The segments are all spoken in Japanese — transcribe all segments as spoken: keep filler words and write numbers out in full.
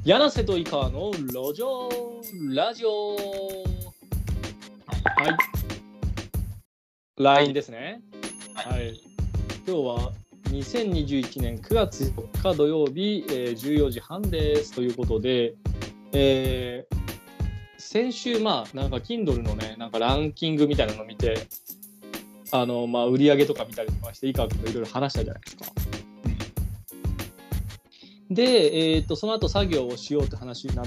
柳瀬と井川の路上ラジオ。はい。ライン ですね。はい。今日はにせんにじゅういちねんくがつよっか土曜日、えー、じゅうよじはんですということで、えー、先週まあなんか Kindle のねなんかランキングみたいなのを見て、あのまあ売り上げとか見たりとかして井川君といろいろ話したじゃないですか。で、えー、とその後作業をしようって話になって、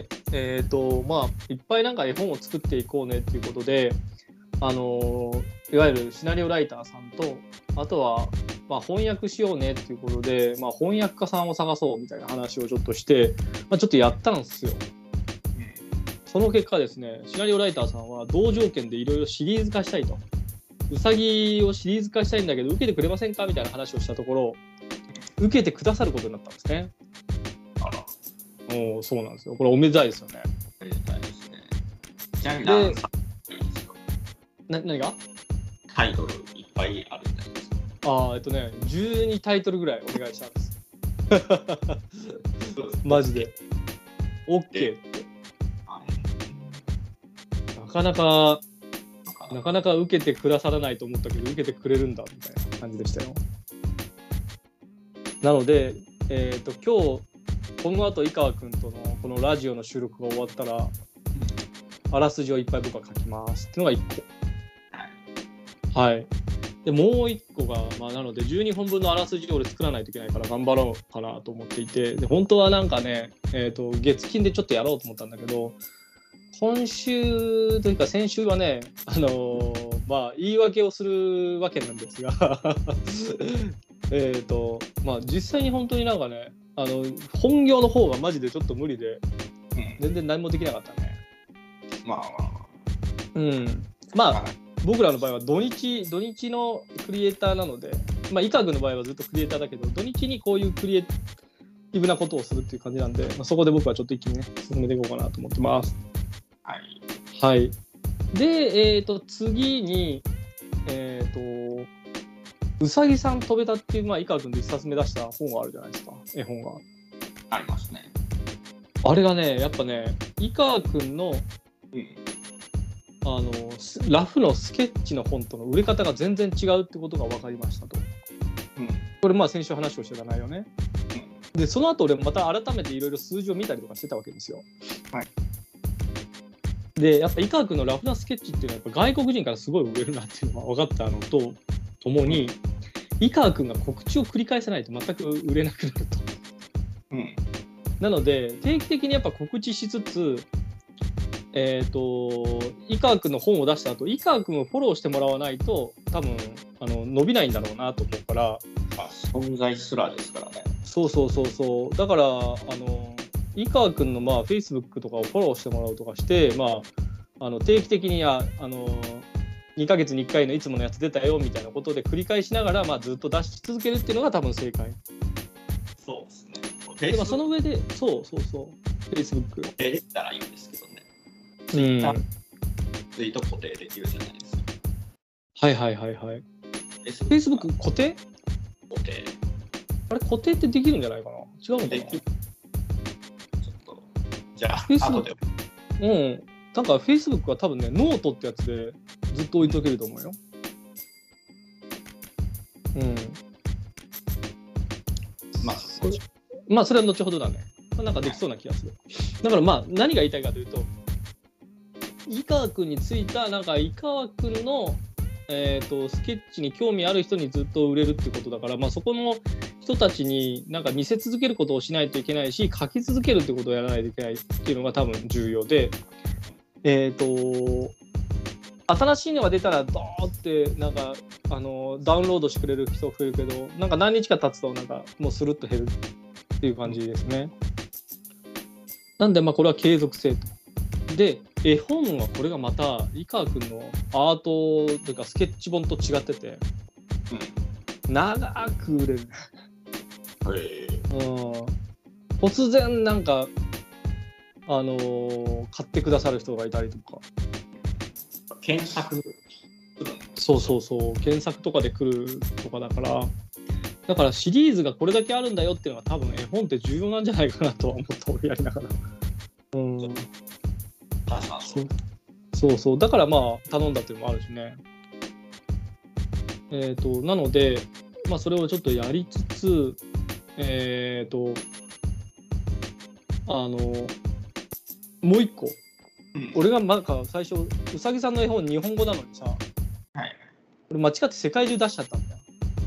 えーとまあ、いっぱいなんか絵本を作っていこうねっていうことで、あのー、いわゆるシナリオライターさんとあとは、まあ、翻訳しようねっていうことで、まあ、翻訳家さんを探そうみたいな話をちょっとして、まあ、ちょっとやったんですよ。その結果ですね、シナリオライターさんは同条件でいろいろシリーズ化したいと。うさぎをシリーズ化したいんだけど受けてくれませんかみたいな話をしたところ、受けてくださることになったんですね。 あら。 お、そうなんですよ。これおめでたいですよね。 おめでたいですね。じゃあ何作いいですか？ な何が？ タイトルいっぱいあるんじゃないですか？ ああ、えっとね、じゅうにタイトルぐらいお願いしたんです。マジで。OK って。なかなか、なかなか受けてくださらないと思ったけど、受けてくれるんだみたいな感じでしたよ。なので、えーと、今日、この後井川君とのこのラジオの収録が終わったら、あらすじをいっぱい僕は書きますっていうのがいっこ。はい。で、もういっこが、まあ、なのでじゅうにほんぶんのあらすじを俺作らないといけないから頑張ろうかなと思っていて、で、本当はなんかね、えーと、月金でちょっとやろうと思ったんだけど、今週というか先週はね、あのー、まあ、言い訳をするわけなんですが、えーと、まあ、実際に本当になんかね、あの本業の方がマジでちょっと無理で、うん、全然何もできなかったね。 まあまあまあ。 うん。まあ、僕らの場合は土日、土日のクリエイターなので、まあ、井川君の場合はずっとクリエイターだけど、土日にこういうクリエイティブなことをするっていう感じなんで、まあ、そこで僕はちょっと一気にね、進めていこうかなと思ってます。 はい。 はい。で、えーと、次に、えーと、うさぎさん飛べたっていう、まあ、井川君でいっさつめ出した本があるじゃないですか、絵本が。 ありますね。 あれがね、やっぱね、井川君の、うん、あのラフのスケッチの本との売れ方が全然違うってことが分かりましたと。うん、これまあ先週話をしてた内容ね。うん、で、その後俺また改めていろいろ数字を見たりとかしてたわけですよ。はい。で、やっぱ井川君のラフなスケッチっていうのはやっぱ外国人からすごい売れるなっていうのが分かったのとともに、井川君が告知を繰り返さないと全く売れなくなると。うん、なので定期的にやっぱ告知しつつ、えーと、井川君の本を出した後、井川君をフォローしてもらわないと多分あの伸びないんだろうなと思うから。 あ、存在すらですからね。 そうそうそうそう。だからあの井川君のまあ Facebook とかをフォローしてもらうとかして、まあ、あの定期的にああのにかげつにいっかいのいつものやつ出たよみたいなことで繰り返しながら、まあ、ずっと出し続けるっていうのが多分正解。 そうですね。 でもその上で、そうそうそう、Facebook。 固定できたらいいんですけどね。Twitter、うん、ツイート固定できるじゃないですか。 はいはいはいはい。Facebook 固定？ 固定。 あれ固定ってできるんじゃないかな？違うのかな？ちょっと。じゃあ、 後で。うん。なんか Facebook は多分ね、ノートってやつでずっと置いとけると思うよ。うん。 まあ、 それまあ、それは後ほどだね。まあ、なんかできそうな気がする。だからまあ、何が言いたいかというと、井川君についた、なんか井川君の、えーと、スケッチに興味ある人にずっと売れるってことだから、まあ、そこの人たちになんか見せ続けることをしないといけないし、書き続けるってことをやらないといけないっていうのが多分重要で、えーと、新しいのが出たらドーってなんかあのダウンロードしてくれる人増えるけど、なんか何日か経つとなんかもうスルッと減るっていう感じですね。なんでまあこれは継続性と。で、絵本はこれがまた井川君のアートというかスケッチ本と違ってて、うん、長く売れる。へー。うん。突然なんかあのー、買ってくださる人がいたりとか。 検索。 そうそうそう、検索とかで来るとかだから、 だからシリーズがこれだけあるんだよっていうのは多分絵本って重要なんじゃないかなとは思った俺やりながら。うん。 確かに。 そうそう。だからまあ頼んだっていうのもあるしね。えっと、なので、まあそれをちょっとやりつつ、えっと、あの、もう一個。うん、俺がなんか最初、うさぎさんの絵本日本語なのにさ、はい、俺間違って世界中出しちゃったんだよ。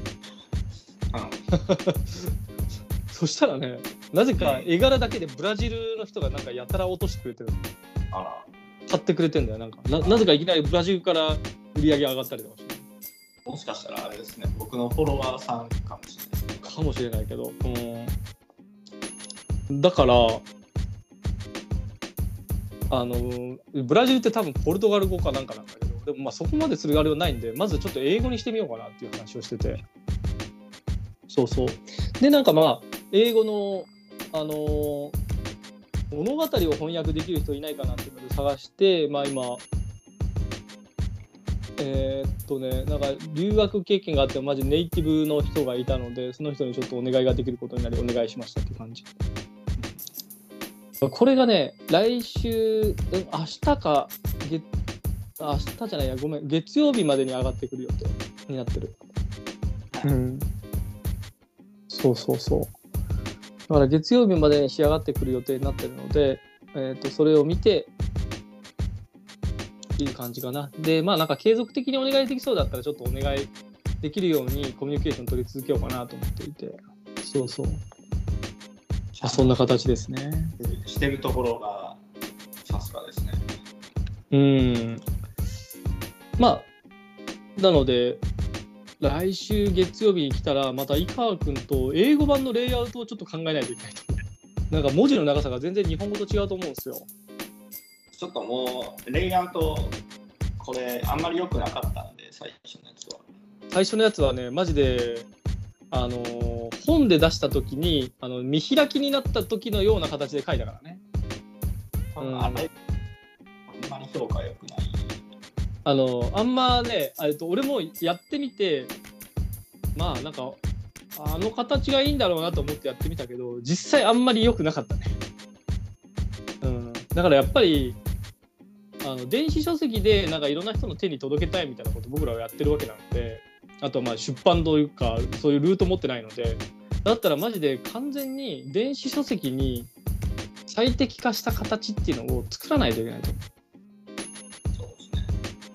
そしたらね、なぜか絵柄だけでブラジルの人がなんかやたら落としてくれてる。あら。買ってくれてんだよ。なんか な, なぜかいきなりブラジルから売り上げ上がったりとかして。 もしかしたらあれですね、僕のフォロワーさんかもしれないですね。 かもしれないけど、うん、だからあのブラジルって多分ポルトガル語かなんかなんだけど、でもまあそこまでするあれはないんで、まずちょっと英語にしてみようかなっていう話をしてて。そうそう。でなんかまあ英語のあのー、物語を翻訳できる人いないかなっていうので探して、まあ今えー、っとねなんか留学経験があってマジネイティブの人がいたので、その人にちょっとお願いができることになりお願いしましたっていう感じ。これがね来週明日か月明日じゃないやごめん月曜日までに上がってくる予定になってる。うん。そうそうそう。だから月曜日までに仕上がってくる予定になってるので、えー、とそれを見ていい感じかな。でまあなんか継続的にお願いできそうだったらちょっとお願いできるようにコミュニケーション取り続けようかなと思っていて、そうそう。あそんな形ですね。 してるところがさすがですね。 うん。まあなので。来週月曜日に来たらまた井川君と英語版のレイアウトをちょっと考えないといけないと思う。なんか文字の長さが全然日本語と違うと思うんですよ。 ちょっともうレイアウトこれあんまり良くなかったんで最初のやつは。 最初のやつはねマジであのー、本で出した時にあの見開きになった時のような形で書いたからね。 うん、あれあんまり評価良くない。 あのあんまね、えっと、俺もやってみてまあなんかあの形がいいんだろうなと思ってやってみたけど実際あんまり良くなかったね、うん、だからやっぱりあの電子書籍でなんかいろんな人の手に届けたいみたいなこと僕らはやってるわけなので、あとはまあ出版というかそういうルート持ってないので、だったらマジで完全に電子書籍に最適化した形っていうのを作らないといけないと思う。うん、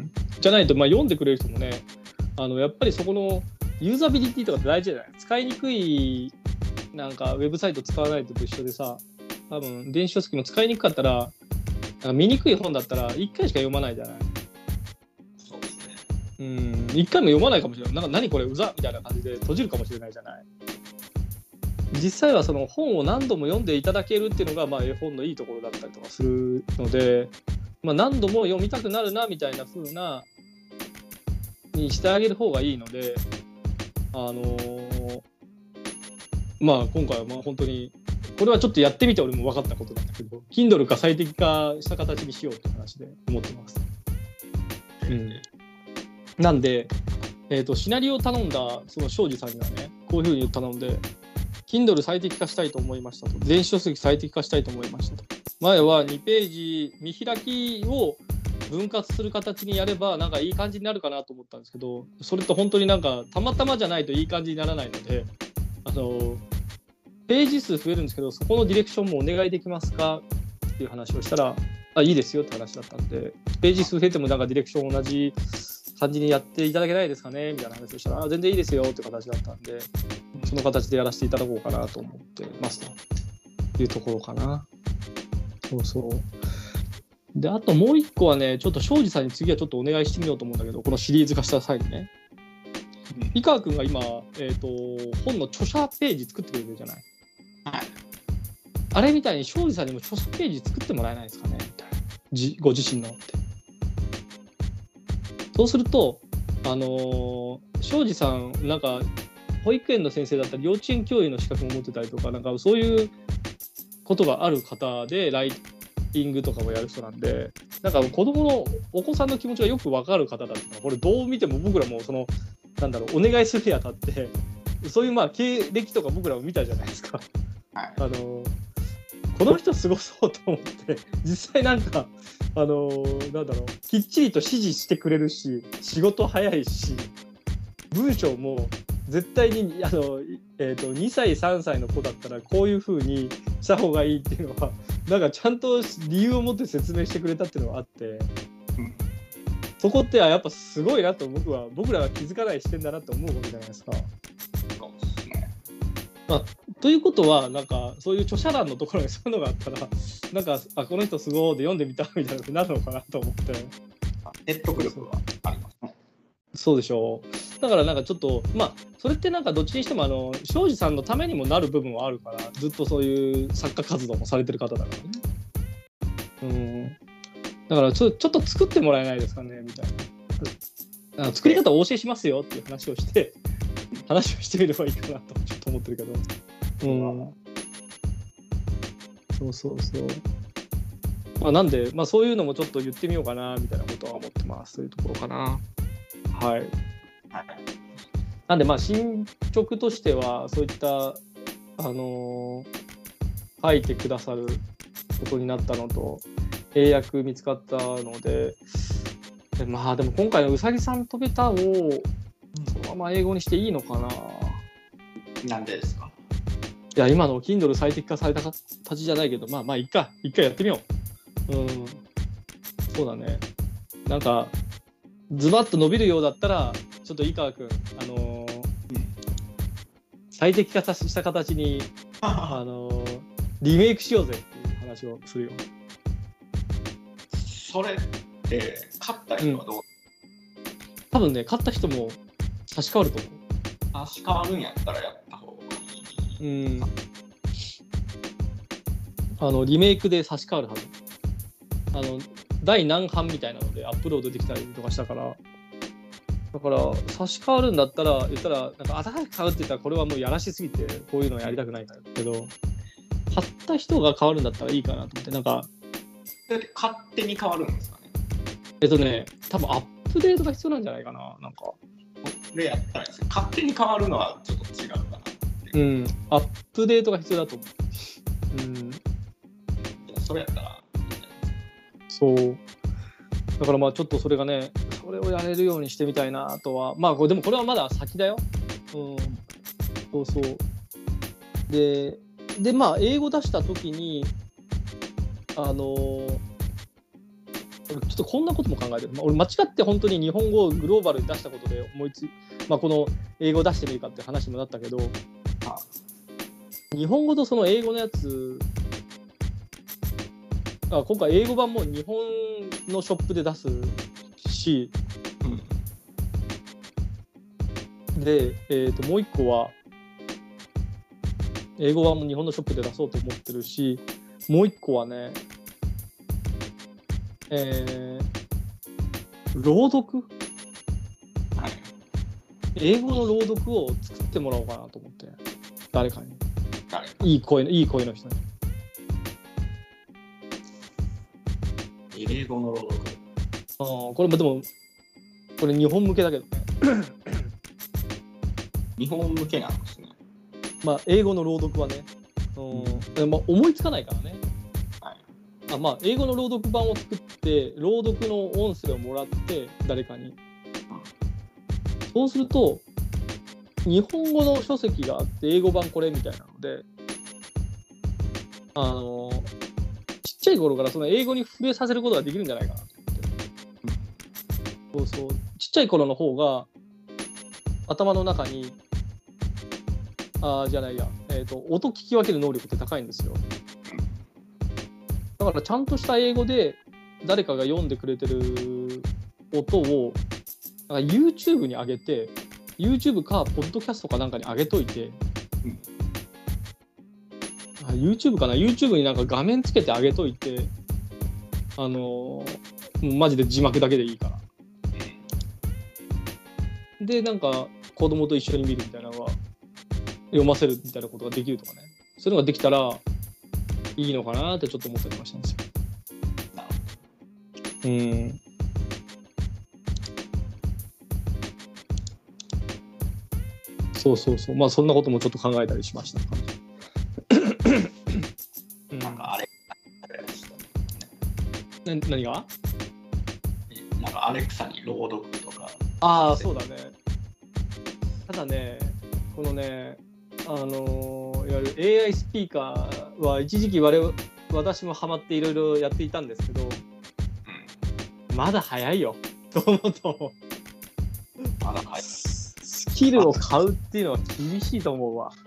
じゃないと、まあ、読んでくれる人もねあのやっぱりそこのユーザビリティとかって大事じゃない。使いにくいなんかウェブサイト使わないとと一緒でさ、多分電子書籍も使いにくかったらなんか見にくい本だったらいっかいしか読まないじゃない。 そうですね。 うん、いっかいも読まないかもしれない。なんか何これうざみたいな感じで閉じるかもしれないじゃない。実際はその本を何度も読んでいただけるっていうのが、まあ、絵本のいいところだったりとかするので、まあ、何度も読みたくなるなみたいな風なにしてあげる方がいいので、あのー、まあ今回はまあ本当にこれはちょっとやってみて俺も分かったことなんだけど、 Kindle か最適化した形にしようって話で思ってます。うん、なんで、えーと、シナリオを頼んだその庄司さんにはねこういう風に頼んで Kindle 最適化したいと思いましたと、電子書籍最適化したいと思いましたと。前はにページ見開きを分割する形にやればなんかいい感じになるかなと思ったんですけど、それと本当になんかたまたまじゃないといい感じにならないので、あのページ数増えるんですけどそこのディレクションもお願いできますかっていう話をしたら、あいいですよって話だったんで、ページ数増えてもなんかディレクション同じ感じにやっていただけないですかねみたいな話をしたら、あ全然いいですよっていう形だったんで、その形でやらせていただこうかなと思ってますというところかな。そうそう。で、あともう一個はね、ちょっと庄司さんに次はちょっとお願いしてみようと思うんだけど、このシリーズ化した際にね、井川君が今、えーと、本の著者ページ作ってくれてるじゃない。はい。あれみたいに庄司さんにも著者ページ作ってもらえないですかねみたいな。じご自身のって。そうすると、あのー、庄司さん、なんか、保育園の先生だったり、幼稚園教諭の資格も持ってたりとか、なんかそういうことがある方で、ライティングとかもやる人なんで、なんか子供のお子さんの気持ちがよく分かる方だっていうのは、これどう見ても僕らもその、なんだろう、お願いするにあたって、 そういうまあ経歴とか僕らも見たじゃないですか。 はい、 あのこの人すごそうと思って実際なんかあのなんだろうきっちりと指示してくれるし仕事早いし文章も絶対にあの、えー、とにさいさんさいの子だったらこういう風にした方がいいっていうのはなんかちゃんと理由を持って説明してくれたっていうのがあって、うん、そこってやっぱすごいなと僕は僕らが気づかない視点だなと思うわけじゃないですか。 そうですね。 まあ、ということはなんかそういう著者欄のところにそういうのがあったらなんかあこの人すごいで読んでみたみたいなふうになるのかなと思って説得力はありますね。 そうでしょう。だからなんかちょっとまあそれってなんかどっちにしてもあの庄司さんのためにもなる部分はあるからずっとそういう作家活動もされてる方だからね。うんだからちょ、ちょっと作ってもらえないですかねみたいな。あの作り方をお教えしますよっていう話をして話をしてみればいいかなとちょっと思ってるけど。うん。そうそうそう。まあなんでまあそういうのもちょっと言ってみようかなみたいなことは思ってます。そういうところかな。はい。なんでまあ進捗としてはそういったあのー、書いてくださることになったのと英訳見つかったので、でまあでも今回のうさぎさんとべたをそのまま英語にしていいのかな。 なんでですか。 いや今の Kindle 最適化された形じゃないけどまあまあいっか一回やってみよう。うんそうだね。なんかズバッと伸びるようだったらちょっと井川君あのーうん、最適化した形にあのー、リメイクしようぜっていう話をするよ。 それって勝った人はどう、うん、 多分ね勝った人も差し替わると思う。 差し替わるんやったらやった方がいい。うんあのリメイクで差し替わるはず。あの第何版みたいなのでアップロードできたりとかしたからだから差し替わるんだったら言ったらなんか新しく買うって言ったらこれはもうやらしすぎてこういうのやりたくないからけど買った人が変わるんだったらいいかなと思ってなんかだって勝手に変わるんですかね。 えっとね多分アップデートが必要なんじゃないかな。なんかこれやったらですね勝手に変わるのはちょっと違うかなって。 うんアップデートが必要だと思う。うんそれやったらそうだからまあちょっとそれがねそれをやれるようにしてみたいなとはまあこれでもこれはまだ先だよ。うんそうそうででまあ英語出した時にあのー、ちょっとこんなことも考えてる、まあ、俺間違って本当に日本語をグローバルに出したことで思いつまあこの英語を出してみるかって話にもなったけど日本語とその英語のやつあ今回英語版も日本のショップで出すし、うん、で、えーと、もう一個は英語版も日本のショップで出そうと思ってるしもう一個はね、えー、朗読、はい、英語の朗読を作ってもらおうかなと思って誰かに誰かいい声のいい声の人に英語の朗読。 ああ、これもでもこれ日本向けだけどね。 日本向けなんですね。 まあ英語の朗読はね、うんうん、まあ思いつかないからね。はい。あまあ英語の朗読版を作って朗読の音声をもらって誰かに。うん、そうすると日本語の書籍があって英語版これみたいなので、あのちっちゃい頃からその英語に触れさせることができるんじゃないかなと思って、うん、そうそうちっちゃい頃の方が頭の中にあじゃないや、えーと、音聞き分ける能力って高いんですよ。だからちゃんとした英語で誰かが読んでくれてる音をなんか YouTube に上げて YouTube かポッドキャストかなんかに上げといて、うんYouTube かな YouTube になんか画面つけてあげといてあのー、マジで字幕だけでいいからでなんか子供と一緒に見るみたいなのは読ませるみたいなことができるとかねそういうのができたらいいのかなってちょっと思ったりましたんですよ。うんそうそうそう。まあそんなこともちょっと考えたりしました。うん、 なんかあれ、 な何が？ なんかアレクサに朗読とか。 ああ、そうだね。ただね、このね、あのーいわゆる エーアイ スピーカーは一時期我々私もハマっていろいろやっていたんですけど、 うん、 まだ早いよと思うと、 まだ早い。 スキルを買うっていうのは厳しいと思うわ。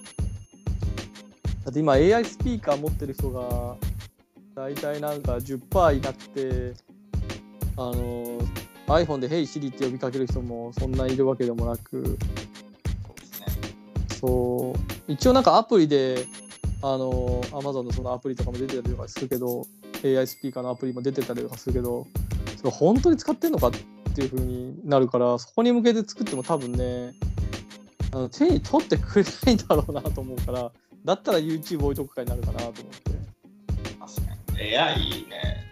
だって今 エーアイ スピーカー持ってる人がだいたいなんか じゅっパーセント いなくて、あの iPhone で Hey Siri って呼びかける人もそんないるわけでもなく、 そうですね。 そう一応なんかアプリであの Amazon のそのアプリとかも出てたりとかするけど、 エーアイ スピーカーのアプリも出てたりとかするけど、それ本当に使ってんのかっていう風になるから、そこに向けて作っても多分ね、あの手に取ってくれないんだろうなと思うから、だったら YouTube 置いとくかになるかなと思って。 確かに エーアイ ね、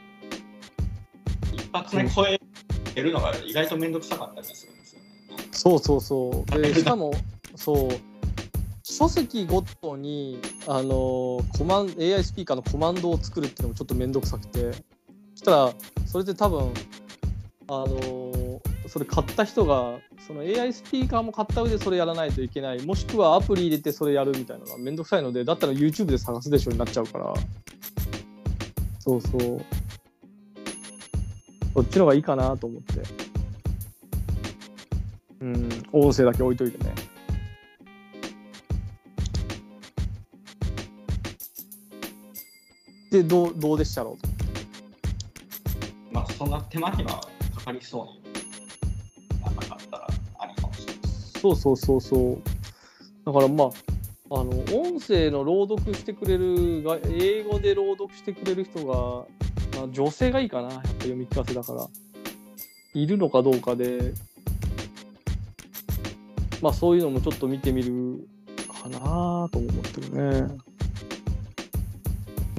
一発目声出るのが意外とめんどくさかったりするんですよね。 そうそうそう。でしかもそう書籍ごとにあのコマン エーアイ スピーカーのコマンドを作るっていうのもちょっとめんどくさくて、そしたらそれで多分あのそれ買った人がその エーアイ スピーカーも買った上でそれやらないといけない、もしくはアプリ入れてそれやるみたいなのがめんどくさいので、だったら YouTube で探すでしょになっちゃうから、そうそう、そっちの方がいいかなと思って、うん、音声だけ置いといてね。でどうどうでしたろうと。 まあそんな手間暇かかりそうになかったらありかもしれない。 そうそうそうそう。だからまああの音声の朗読してくれるが英語で朗読してくれる人が、まあ、女性がいいかな、やっぱ読み聞かせだからいるのかどうかで、まあそういうのもちょっと見てみるかなと思ってるね。うん。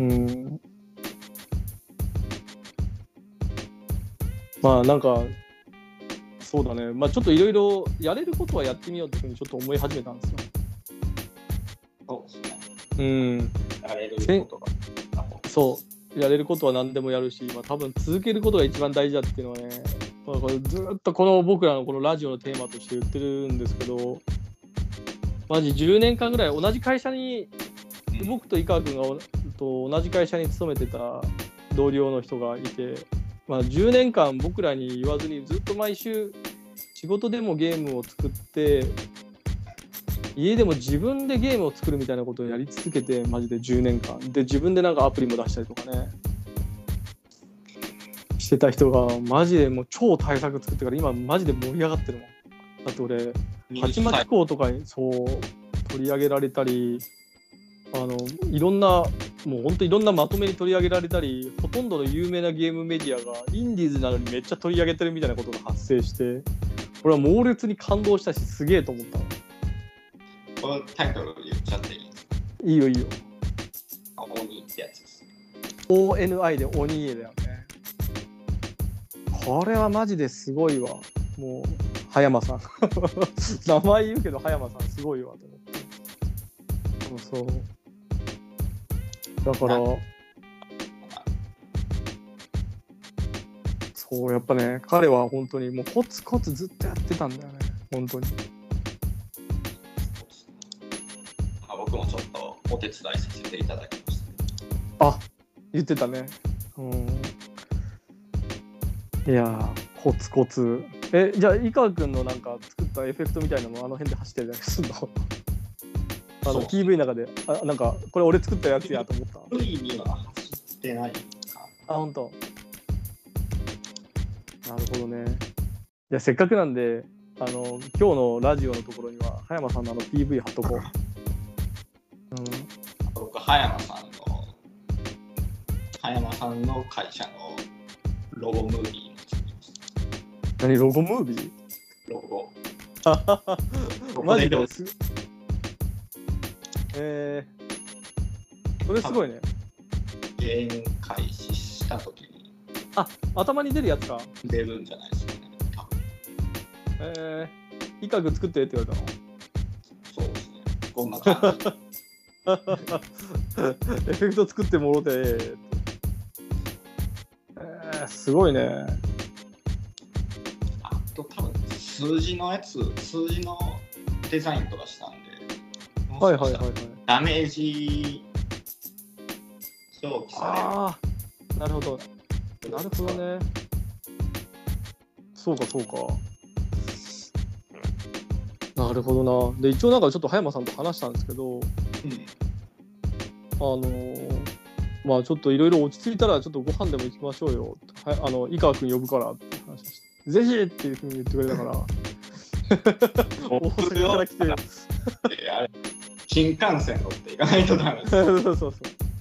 まあなんかそうだね。まあちょっといろいろやれることはやってみようっていうふうにちょっと思い始めたんですよ。 そうですね。 うん。 やれることが。 そうやれることは何でもやるし、まあ、多分続けることが一番大事だっていうのはね、まあ、これずっとこの僕らのこのラジオのテーマとして言ってるんですけど、マジじゅうねんかんぐらい同じ会社に、僕と井川君がと同じ会社に勤めてた同僚の人がいて、まあ、じゅうねんかん僕らに言わずにずっと毎週仕事でもゲームを作って家でも自分でゲームを作るみたいなことをやり続けて、マジでじゅうねんかんで自分でなんかアプリも出したりとかねしてた人がマジでもう超大作作ってから今マジで盛り上がってるもん。だって俺鉢巻き港とかにそう取り上げられたり、あのいろんなもうほんといろんなまとめに取り上げられたり、ほとんどの有名なゲームメディアがインディーズなのにめっちゃ取り上げてるみたいなことが発生して、俺は猛烈に感動したしすげえと思ったの。 このタイトル言っちゃっていいですか？ いいよいいよ。 鬼ってやつです。 オーエヌアイ で鬼家だよね。これはマジですごいわ。もう葉山さん名前言うけど葉山さんすごいわと思って。そうそうだからそうやっぱね、彼は本当にもうコツコツずっとやってたんだよね、本当に。 僕もちょっとお手伝いさせていただきました。 あ、言ってたね。うん。いやー、コツコツ。え、じゃあ井川君のなんか作ったエフェクトみたいなのもあの辺で走ってるやつすんの？あの ピーブイ の中で、あ、なんかこれ俺作ったやつやと思った。 ピーブイ には走ってないか。 あ、本当。なるほどね。じゃあせっかくなんで、あの今日のラジオのところには葉山さんのあの ピーブイ 貼っとこう。うん。 僕葉山さんの葉山さんの会社のロゴムービーを作りました。 何ロゴムービー？ ロゴ。 マジです。えー、それすごいね。 ゲーム開始したときに。 あ、頭に出るやつか。 出るんじゃないですかね。 えー、イカグ作ってって言われたの？ こんな感じ。 エフェクト作ってもろて、えー、すごいね。 あと多分数字のやつ、数字のデザインとかしたんで、 はいはいはいはい。 ダメージ表記される。 ああ、なるほど。なるほどね。そうかそうか。なるほどな。で、一応なんかちょっと葉山さんと話したんですけど、うん、あのー、まあちょっといろいろ落ち着いたらちょっとご飯でも行きましょうよ。はい、あの井川君呼ぶからって話して、ぜひっていうふうに言ってくれたから。大阪から来て。 あれ新幹線乗って行かないとダメです。 そうそうそう。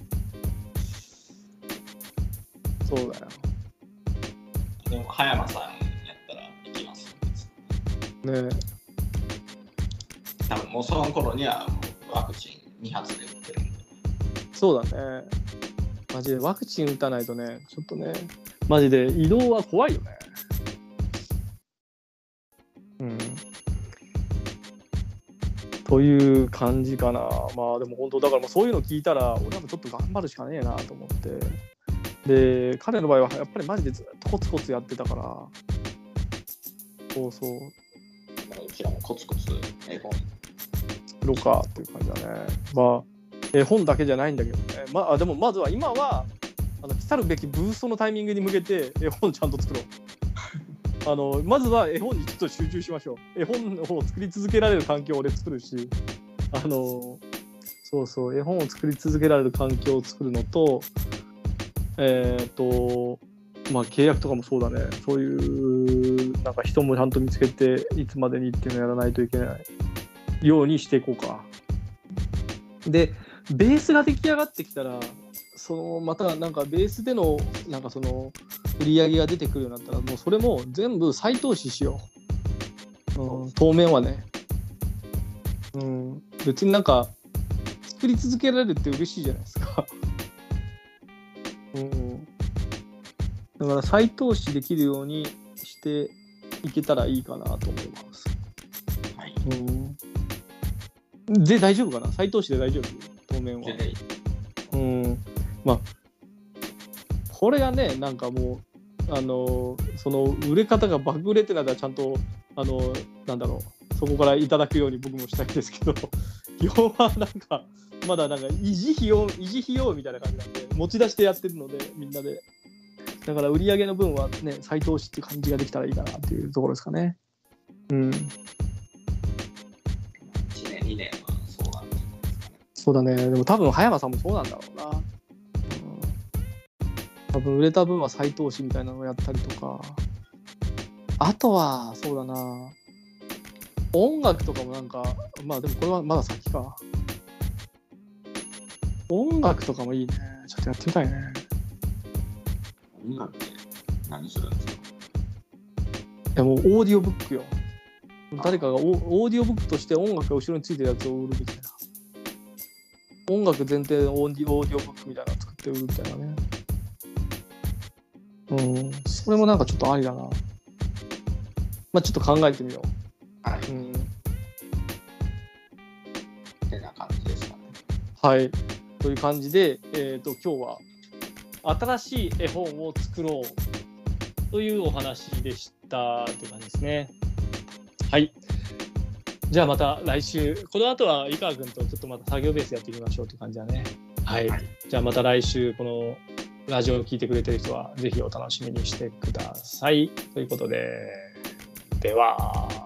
そうだよ。 でも葉山さんやったら行きますよ。 ねえ。 多分もうその頃にはもうワクチンに発で打ってるんで。そうだね。マジでワクチン打たないとね、ちょっとね、マジで移動は怖いよね。うん。という感じかな。まあでも本当だからもうそういうの聞いたら、俺もちょっと頑張るしかねえなと思って。で、彼の場合はやっぱりマジでずっとコツコツやってたから。そうそう。 うちらもコツコツ絵本作ろうかっていう感じだね。まあ絵本だけじゃないんだけどね。まあでもまずは今はあの来たるべきブーストのタイミングに向けて絵本ちゃんと作ろう。あのまずは絵本にちょっと集中しましょう。絵本を作り続けられる環境を俺作るし、あのそうそう絵本を作り続けられる環境を作るのと、えっとまあ契約とかもそうだね。そういうなんか人もちゃんと見つけていつまでにっていうのをやらないといけないようにしていこうか。でベースが出来上がってきたら、そのまたなんかベースでのなんかその売り上げが出てくるようになったら、もうそれも全部再投資しよう。うん、当面はね。うん、別になんか作り続けられるって嬉しいじゃないですか。うん、だから再投資できるようにしていけたらいいかなと思います。 はい。 うん、で大丈夫かな？再投資で大丈夫？当面は。うん。まあこれがね、なんかもうあのその売れ方が爆売れってなったらちゃんとあのなんだろう、そこからいただくように僕もしたいですけど、要はなんかまだなんか維持費用維持費用みたいな感じなんで持ち出してやってるのでみんなで。だから売り上げの分はね再投資っていう感じができたらいいかなっていうところですかね。うん。いちねんにねんはそうなんですかね。 そうだね。でも多分葉山さんもそうなんだろうな。うん、多分売れた分は再投資みたいなのをやったりとか。あとはそうだな。音楽とかもなんかまあでもこれはまだ先か。音楽とかもいいね。ちょっとやってみたいね。 音楽で何するんですか？いやもうオーディオブックよ。誰かが オ, オーディオブックとして音楽が後ろについてるやつを売るみたいな。音楽前提でオーディオブックみたいなの作って売るみたいなね。うん、それもなんかちょっとありだな。まあちょっと考えてみよう。はい。 うん。 ってな感じですかね。 はい。という感じで、えっと今日は新しい絵本を作ろうというお話でしたという感じですね。はい。じゃあまた来週、この後は井川君とちょっとまた作業ベースやっていきましょうという感じだね。はい。はい、じゃあまた来週、このラジオを聞いてくれてる人はぜひお楽しみにしてください。ということで、では。